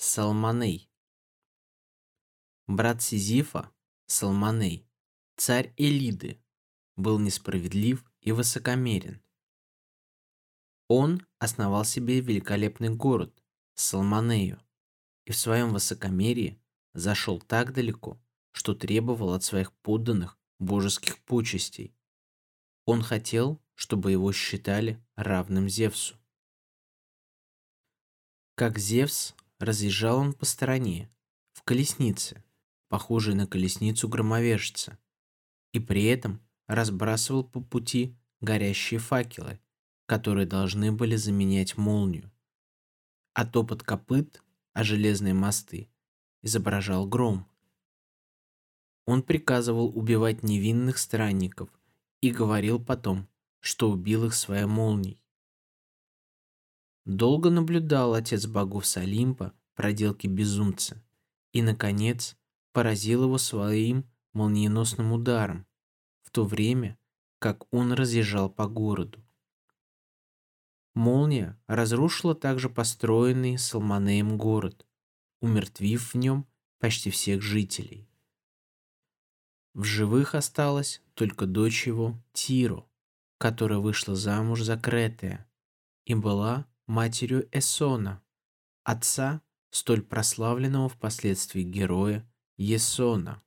Салманей. Брат Сизифа, Салманей, царь Элиды, был несправедлив и высокомерен. Он основал себе великолепный город Салманею и в своем высокомерии зашел так далеко, что требовал от своих подданных божеских почестей. Он хотел, чтобы его считали равным Зевсу. Как Зевс, разъезжал он по стороне, в колеснице, похожей на колесницу громовержца, и при этом разбрасывал по пути горящие факелы, которые должны были заменять молнию. А топот копыт о железные мосты изображал гром. Он приказывал убивать невинных странников и говорил потом, что убил их своей молнией. Долго наблюдал отец богов с Олимпа проделки безумца и, наконец, поразил его своим молниеносным ударом, в то время, как он разъезжал по городу. Молния разрушила также построенный Салманеем город, умертвив в нем почти всех жителей. В живых осталась только дочь его Тиро, которая вышла замуж за Кретея и была матерью Эсона, отца столь прославленного впоследствии героя Есона.